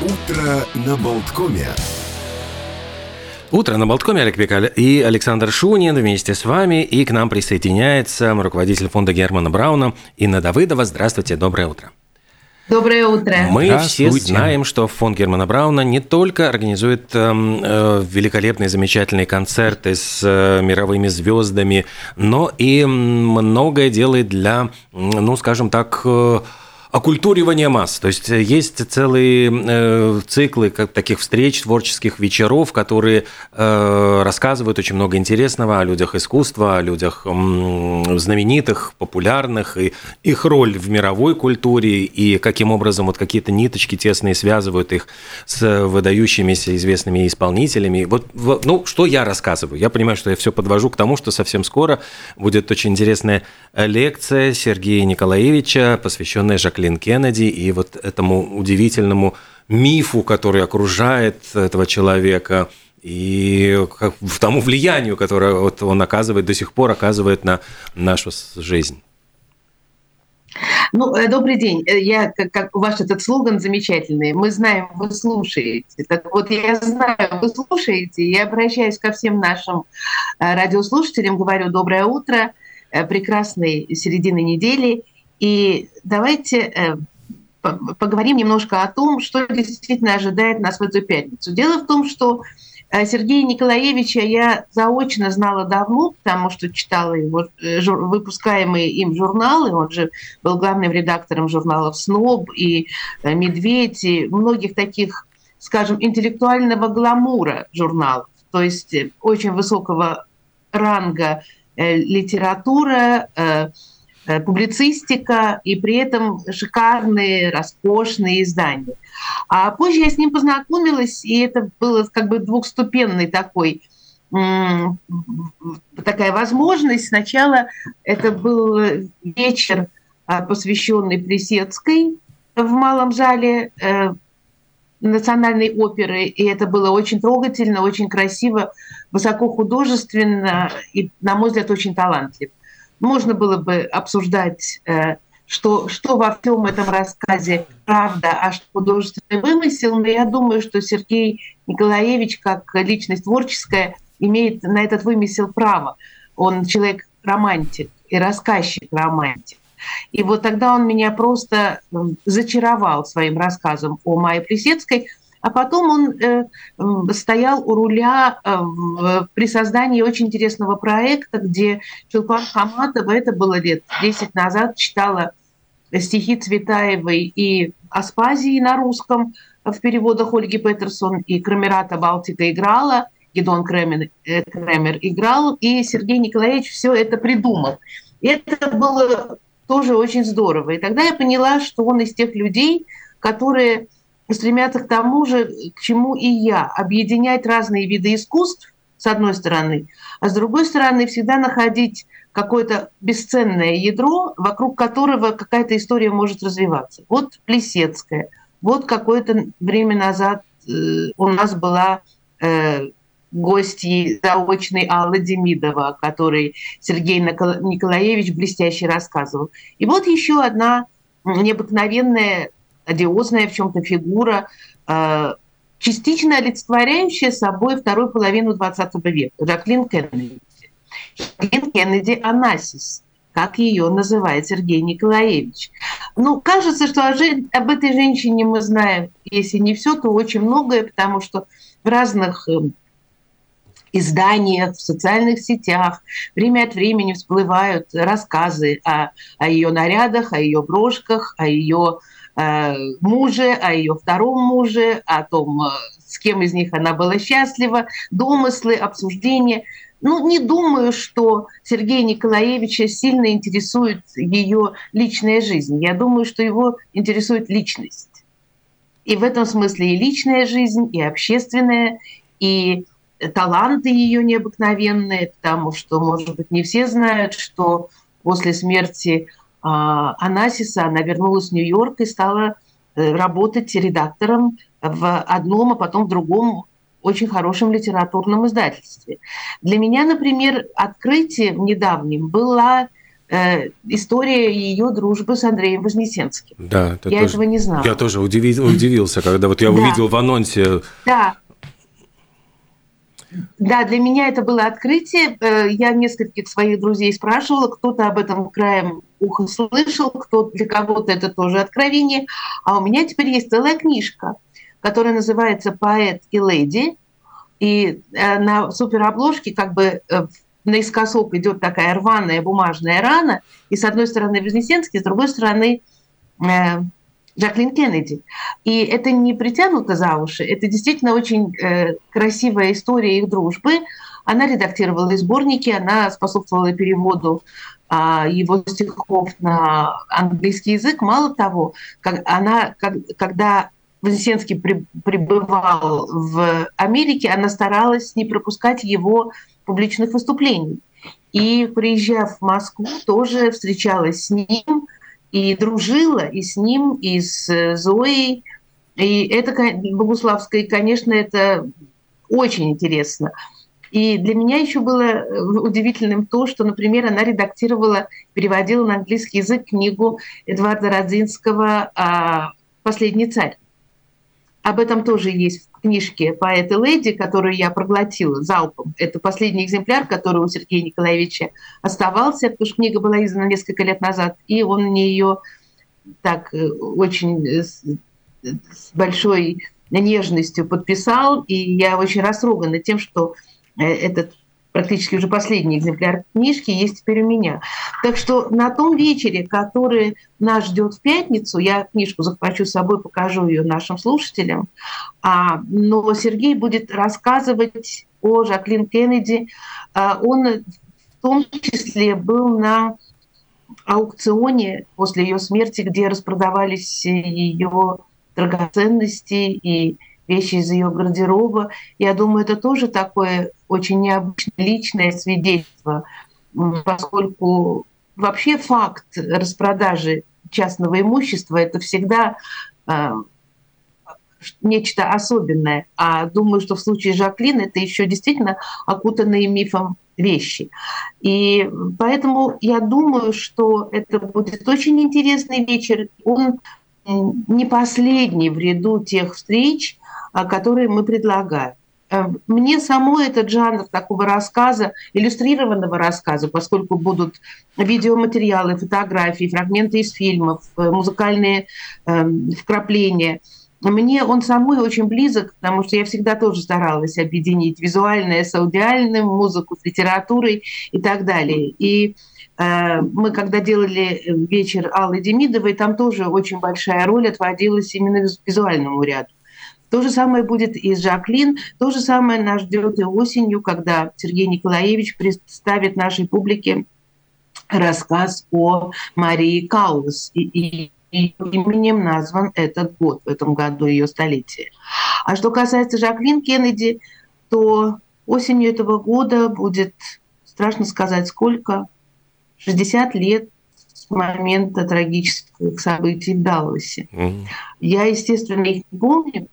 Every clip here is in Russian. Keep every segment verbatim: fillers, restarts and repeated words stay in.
Утро на Болткоме. Утро на Болткоме. Олег Пекаль и Александр Шунин вместе с вами. И к нам присоединяется руководитель фонда Германа Брауна Инна Давыдова. Здравствуйте, доброе утро. Доброе утро. Мы все знаем, что фонд Германа Брауна не только организует э, э, великолепные, замечательные концерты с э, мировыми звездами, но и многое делает для, ну, скажем так, э, окультуривания масс. То есть есть целые э, циклы как, таких встреч, творческих вечеров, которые э, рассказывают очень много интересного о людях искусства, о людях м, знаменитых, популярных, и их роль в мировой культуре, и каким образом вот какие-то ниточки тесные связывают их с выдающимися известными исполнителями. Вот, ну, что я рассказываю? Я понимаю, что я все подвожу к тому, что совсем скоро будет очень интересная лекция Сергея Николаевича, посвященная Жаклин Кеннеди и вот этому удивительному мифу, который окружает этого человека, и тому влиянию, которое вот он оказывает, до сих пор оказывает на нашу жизнь. Ну, добрый день. Я, как, как ваш этот слоган замечательный. Мы знаем, вы слушаете. Так вот, я знаю, вы слушаете. Я обращаюсь ко всем нашим радиослушателям, говорю доброе утро, прекрасной середины недели. И давайте поговорим немножко о том, что действительно ожидает нас в эту пятницу. Дело в том, что Сергея Николаевича я заочно знала давно, потому что читала его выпускаемые им журналы. Он же был главным редактором журналов «Сноб» и «Медведь», и многих таких, скажем, интеллектуального гламура журналов. То есть очень высокого ранга литература, публицистика и при этом шикарные, роскошные издания. А позже я с ним познакомилась, и это было как бы двухступенный такой, такая возможность. Сначала это был вечер, посвященный Плисецкой в Малом зале Национальной оперы, и это было очень трогательно, очень красиво, высокохудожественно и, на мой взгляд, очень талантливо. Можно было бы обсуждать, что, что во всем этом рассказе правда, а что художественный вымысел, но я думаю, что Сергей Николаевич, как личность творческая, имеет на этот вымысел право. Он человек-романтик и рассказчик-романтик. И вот тогда он меня просто зачаровал своим рассказом о Майе Плисецкой, а потом он э, стоял у руля э, в, при создании очень интересного проекта, где Чулпан Хаматова, это было лет десять назад, читала стихи Цветаевой и Аспазии на русском в переводах Ольги Петерсон, и Крамерата Балтика играла, Гедеон Кремер, э, Кремер играл, и Сергей Николаевич все это придумал. И это было тоже очень здорово. И тогда я поняла, что он из тех людей, которые стремятся к тому же, к чему и я, объединять разные виды искусств, с одной стороны, а с другой стороны всегда находить какое-то бесценное ядро, вокруг которого какая-то история может развиваться. Вот Плисецкая, вот какое-то время назад э, у нас была э, гостьей заочной Алла Демидова, о которой Сергей Николаевич блестяще рассказывал. И вот еще одна необыкновенная, одиозная в чем-то фигура, частично олицетворяющая собой вторую половину двадцатого века, Жаклин Кеннеди. Жаклин Кеннеди Онасис, как ее называет Сергей Николаевич. Ну, кажется, что об этой женщине мы знаем, если не все, то очень многое, потому что в разных изданиях, в социальных сетях время от времени всплывают рассказы о, о ее нарядах, о ее брошках, о ее э, муже, о ее втором муже, о том, с кем из них она была счастлива, домыслы, обсуждения. Ну, не думаю, что Сергея Николаевича сильно интересует ее личная жизнь. Я думаю, что его интересует личность. И в этом смысле и личная жизнь, и общественная, и таланты ее необыкновенные, потому что, может быть, не все знают, что после смерти э, Онасиса она вернулась в Нью-Йорк и стала э, работать редактором в одном, а потом в другом очень хорошем литературном издательстве. Для меня, например, открытием недавним была э, история ее дружбы с Андреем Вознесенским. Да, это я тоже, этого не знала. Я тоже удивил, удивился, когда вот я да. увидел в анонсе. Да. Да, для меня это было открытие. Я нескольких своих друзей спрашивала, кто-то об этом краем уха слышал, кто для кого-то это тоже откровение. А у меня теперь есть целая книжка, которая называется «Поэт и леди». И на суперобложке как бы наискосок идет такая рваная бумажная рана, и с одной стороны Вознесенский, с другой стороны Жаклин Кеннеди. И это не притянуто за уши, это действительно очень э, красивая история их дружбы. Она редактировала сборники, она способствовала переводу э, его стихов на английский язык. Мало того, как она, как, когда Вознесенский при, пребывал в Америке, она старалась не пропускать его публичных выступлений. И, приезжав в Москву, тоже встречалась с ним, и дружила и с ним, и с Зоей. И это Богуславская, конечно, это очень интересно. И для меня еще было удивительным то, что, например, она редактировала, переводила на английский язык книгу Эдуарда Радзинского «Последний царь». Об этом тоже есть в книжке «Поэт и леди», которую я проглотила залпом. Это последний экземпляр, который у Сергея Николаевича оставался, потому что книга была издана несколько лет назад, и он мне ее так очень с большой нежностью подписал, и я очень растрогана тем, что этот практически уже последний экземпляр книжки есть теперь у меня. Так что на том вечере, который нас ждет в пятницу, я книжку захвачу с собой, покажу ее нашим слушателям, а, но Сергей будет рассказывать о Жаклин Кеннеди. А, он в том числе был на аукционе после ее смерти, где распродавались ее драгоценности и вещи из ее гардероба. Я думаю, это тоже такое очень необычное личное свидетельство, поскольку вообще факт распродажи частного имущества – это всегда э, нечто особенное. А думаю, что в случае Жаклин это еще действительно окутанные мифом вещи. И поэтому я думаю, что это будет очень интересный вечер. Он не последний в ряду тех встреч, которые мы предлагаем. Мне самой этот жанр такого рассказа, иллюстрированного рассказа, поскольку будут видеоматериалы, фотографии, фрагменты из фильмов, музыкальные э, вкрапления, мне он самой очень близок, потому что я всегда тоже старалась объединить визуальное с аудиальным, музыку с литературой и так далее. И э, мы, когда делали вечер Аллы Демидовой, там тоже очень большая роль отводилась именно визуальному ряду. То же самое будет и с Жаклин, то же самое нас ждет и осенью, когда Сергей Николаевич представит нашей публике рассказ о Марии Каллас. И, и, и именем назван этот год, в этом году ее столетие. А что касается Жаклин Кеннеди, то осенью этого года будет, страшно сказать, сколько, шестьдесят лет с момента трагических событий в Далласе. Mm-hmm. Я, естественно, их не помню,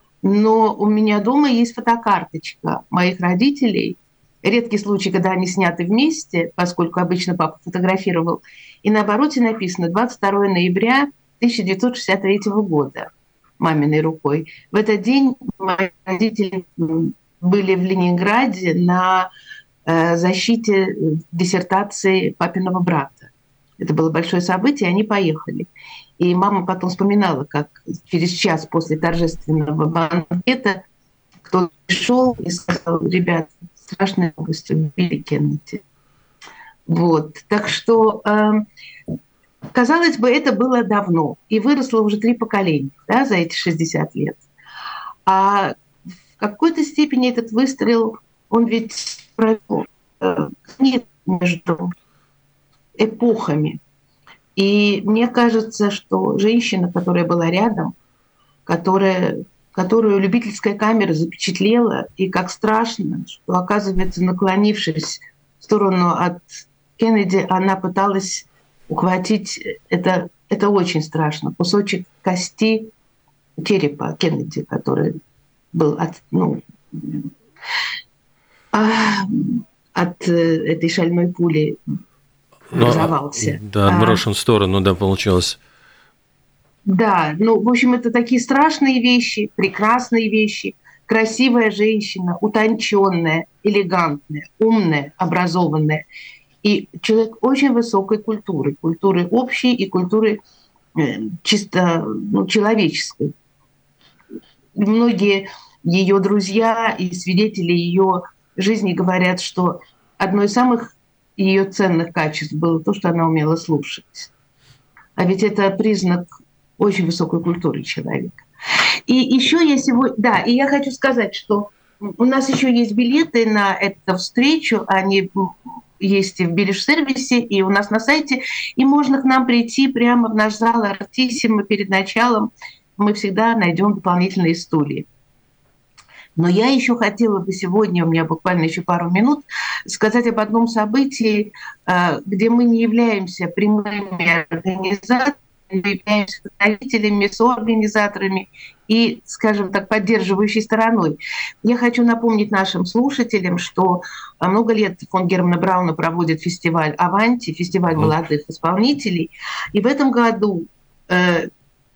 но у меня дома есть фотокарточка моих родителей. Редкий случай, когда они сняты вместе, поскольку обычно папа фотографировал. И на обороте написано двадцать второго ноября тысяча девятьсот шестьдесят третьего года маминой рукой. В этот день мои родители были в Ленинграде на защите диссертации папиного брата. Это было большое событие, они поехали. И мама потом вспоминала, как через час после торжественного банкета кто-то пришел и сказал: ребят, страшная новость, убили Кеннеди. Вот. Так что, э, казалось бы, это было давно. И выросло уже три поколения, да, за эти шестьдесят лет. А в какой-то степени этот выстрел, он ведь провел э, нет между эпохами. И мне кажется, что женщина, которая была рядом, которая, которую любительская камера запечатлела, и как страшно, что, оказывается, наклонившись в сторону от Кеннеди, она пыталась ухватить, это, это очень страшно, кусочек кости черепа Кеннеди, который был от, ну, от этой шальной пули образовался. Да, отброшен в сторону, да, получилось. Да, ну, в общем, это такие страшные вещи, прекрасные вещи. Красивая женщина, утонченная, элегантная, умная, образованная. И человек очень высокой культуры, культуры общей и культуры э, чисто ну, человеческой. Многие ее друзья и свидетели ее жизни говорят, что одно из самых ее ценных качеств было то, что она умела слушать. А ведь это признак очень высокой культуры человека. И еще я сегодня... Да, и я хочу сказать, что у нас еще есть билеты на эту встречу, они есть и в Билиш-сервисе, и у нас на сайте, и можно к нам прийти прямо в наш зал Артиссимо перед началом. Мы всегда найдем дополнительные стулья. Но я еще хотела бы сегодня, у меня буквально еще пару минут, сказать об одном событии, где мы не являемся прямыми организаторами, мы являемся представителями, соорганизаторами и, скажем так, поддерживающей стороной. Я хочу напомнить нашим слушателям, что много лет фонд Германа Брауна проводит фестиваль «Аванти», фестиваль молодых исполнителей. И в этом году э,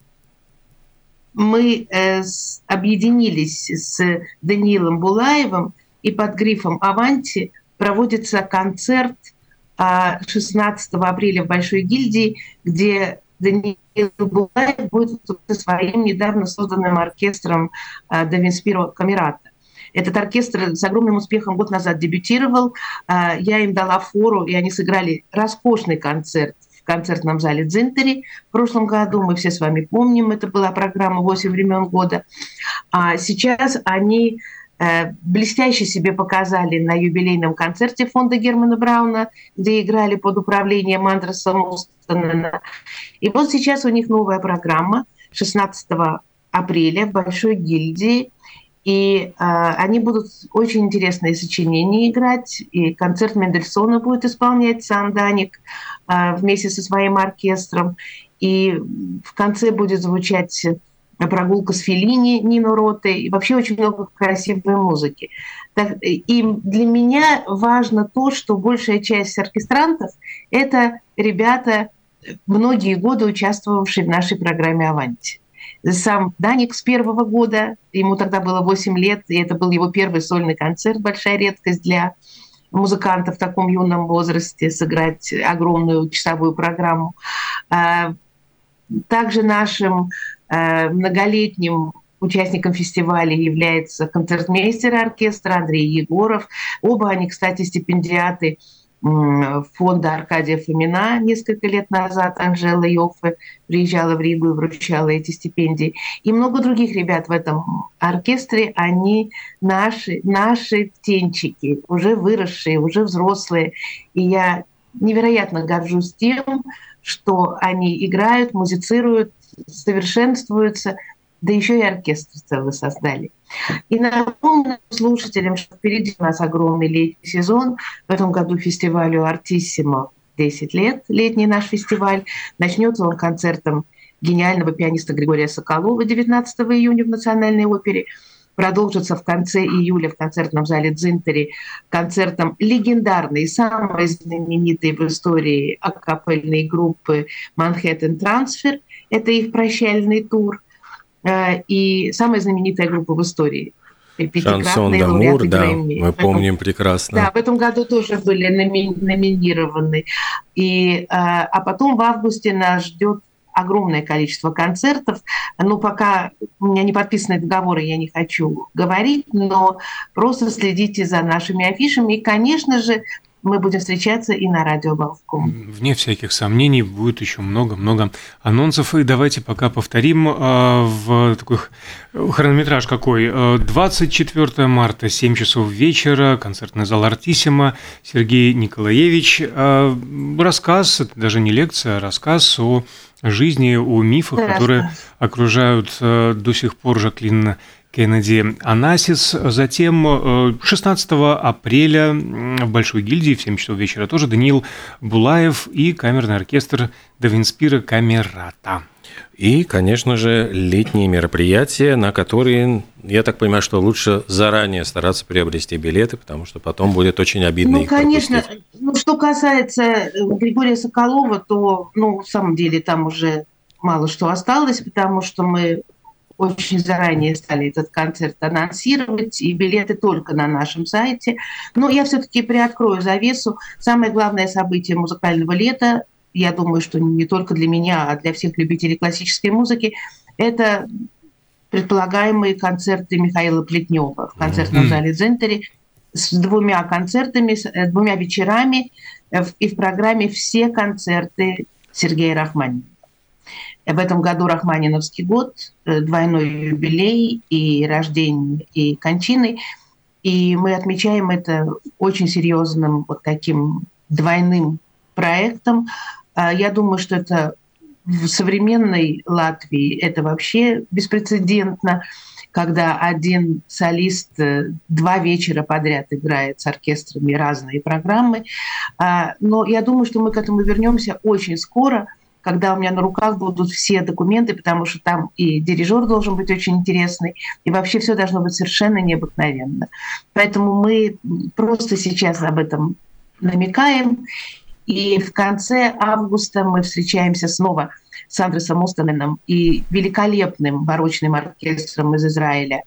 мы э, с, объединились с Даниилом Булаевым, и под грифом «Аванти» проводится концерт э, шестнадцатого апреля в Большой гильдии, где Даниил Булаев будет со своим недавно созданным оркестром Давинспиро Камерата. Этот оркестр с огромным успехом год назад дебютировал. Я им дала фору, и они сыграли роскошный концерт в концертном зале Дзинтери в прошлом году. Мы все с вами помним, это была программа «Восемь времен года». А сейчас они блестяще себе показали на юбилейном концерте фонда Германа Брауна, где играли под управлением Андреса Мустонена. И вот сейчас у них новая программа шестнадцатого апреля в Большой гильдии. И э, они будут очень интересные сочинения играть. И концерт Мендельсона будет исполнять сам Даник э, вместе со своим оркестром. И в конце будет звучать прогулка с Феллини, Нино Роте, и вообще очень много красивой музыки. И для меня важно то, что большая часть оркестрантов – это ребята, многие годы участвовавшие в нашей программе «Аванти». Сам Даник с первого года, ему тогда было восемь лет, и это был его первый сольный концерт, большая редкость для музыканта в таком юном возрасте, сыграть огромную часовую программу. Также нашим многолетним участником фестиваля является концертмейстер оркестра Андрей Егоров. Оба они, кстати, стипендиаты фонда Аркадия Фомина. Несколько лет назад Анжела Йоффе приезжала в Ригу и вручала эти стипендии. И много других ребят в этом оркестре. Они наши, наши птенчики, уже выросшие, уже взрослые. И я невероятно горжусь тем, что они играют, музицируют, совершенствуются, да еще и оркестр целый создали. И напомню слушателям, что впереди у нас огромный летний сезон. В этом году фестивалю «Артиссимо» десять лет, летний наш фестиваль. Начнется он концертом гениального пианиста Григория Соколова девятнадцатого июня в Национальной опере. Продолжится в конце июля в концертном зале Дзинтери концертом легендарной, самой знаменитой в истории акапельной группы «Манхэттен Трансфер». Это их прощальный тур. И самая знаменитая группа в истории. Шансон d'Amour, да, мы помним прекрасно. Да, в этом году тоже были номи- номинированы. И, а потом в августе нас ждет огромное количество концертов. Ну, пока у меня не подписаны договоры, я не хочу говорить, но просто следите за нашими афишами. И, конечно же, мы будем встречаться и на радио Болтком. Вне всяких сомнений, будет еще много-много анонсов. И давайте пока повторим э, в такой хронометраж какой. двадцать четвёртого марта, семь часов вечера, концертный зал «Артиссимо», Сергей Николаевич. Э, рассказ, это даже не лекция, а рассказ о жизни, о мифах, да, которые рассказ. окружают э, до сих пор Жаклин Кеннеди Онасис. Затем шестнадцатого апреля в Большой гильдии в семь часов вечера тоже Даниил Булаев и камерный оркестр Давинспира Камерата. И, конечно же, летние мероприятия, на которые, я так понимаю, что лучше заранее стараться приобрести билеты, потому что потом будет очень обидно ну, их конечно, пропустить. Ну, что касается Григория Соколова, то, ну, в самом деле, там уже мало что осталось, потому что мы очень заранее стали этот концерт анонсировать, и билеты только на нашем сайте. Но я все-таки приоткрою завесу. Самое главное событие музыкального лета, я думаю, что не только для меня, а для всех любителей классической музыки, это предполагаемые концерты Михаила Плетнева в концертном mm-hmm. зале «Дзентери» с двумя концертами, с двумя вечерами, и в программе все концерты Сергея Рахманинова. В этом году Рахманиновский год, двойной юбилей и рождение, и кончины. И мы отмечаем это очень серьезным вот таким двойным проектом. Я думаю, что это в современной Латвии это вообще беспрецедентно, когда один солист два вечера подряд играет с оркестрами разные программы. Но я думаю, что мы к этому вернемся очень скоро, когда у меня на руках будут все документы, потому что там и дирижер должен быть очень интересный, и вообще все должно быть совершенно необыкновенно. Поэтому мы просто сейчас об этом намекаем. И в конце августа мы встречаемся снова с Андресом Мустоненом и великолепным барочным оркестром из Израиля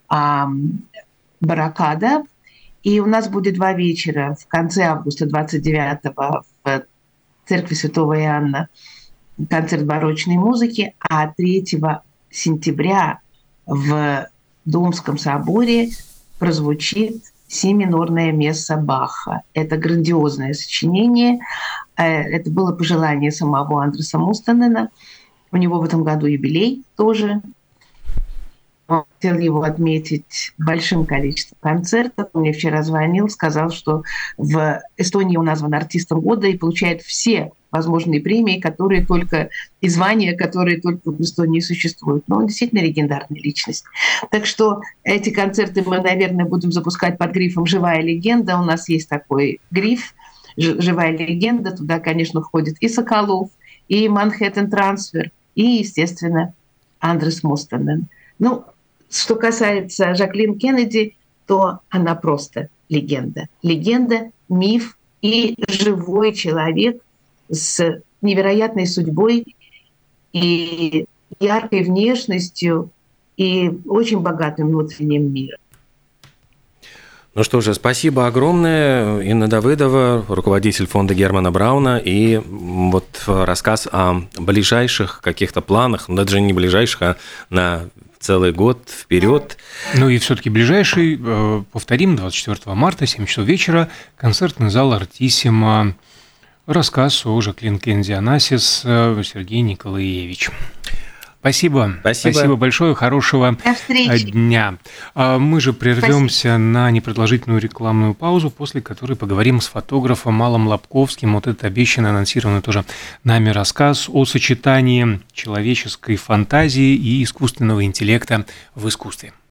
«Баракада». И у нас будет два вечера в конце августа, двадцать девятого, в церкви Святого Иоанна концерт барочной музыки, а третьего сентября в Думском соборе прозвучит си-минорная месса Баха. Это грандиозное сочинение. Это было пожелание самого Андреса Мустонена. У него в этом году юбилей тоже. Он хотел его отметить большим количеством концертов. Он мне вчера звонил, сказал, что в Эстонии он назван артистом года и получает все возможные премии, которые только, и звания, которые только в Эстонии существуют. Но он действительно легендарная личность. Так что эти концерты мы, наверное, будем запускать под грифом «Живая легенда». У нас есть такой гриф «Живая легенда». Туда, конечно, входит и Соколов, и Манхэттен Трансфер, и, естественно, Андрес Мустонен. Ну, что касается Жаклин Кеннеди, то она просто легенда. Легенда, миф и живой человек с невероятной судьбой и яркой внешностью и очень богатым внутренним миром. Ну что же, спасибо огромное. Инна Давыдова, руководитель фонда Германа Брауна, и вот рассказ о ближайших каких-то планах, ну даже не ближайших, а на целый год вперед. Ну и все-таки ближайший, повторим, двадцать четвёртого марта, семь часов вечера, концертный зал «Артиссимо». Рассказ о Жаклин Кеннеди Онасис, Сергей Николаевич. Спасибо. Спасибо. Спасибо большое. Хорошего дня. Мы же прервемся Спасибо. на непродолжительную рекламную паузу, после которой поговорим с фотографом Малом Лобковским. Вот этот обещанный, анонсированный тоже нами рассказ о сочетании человеческой фантазии и искусственного интеллекта в искусстве.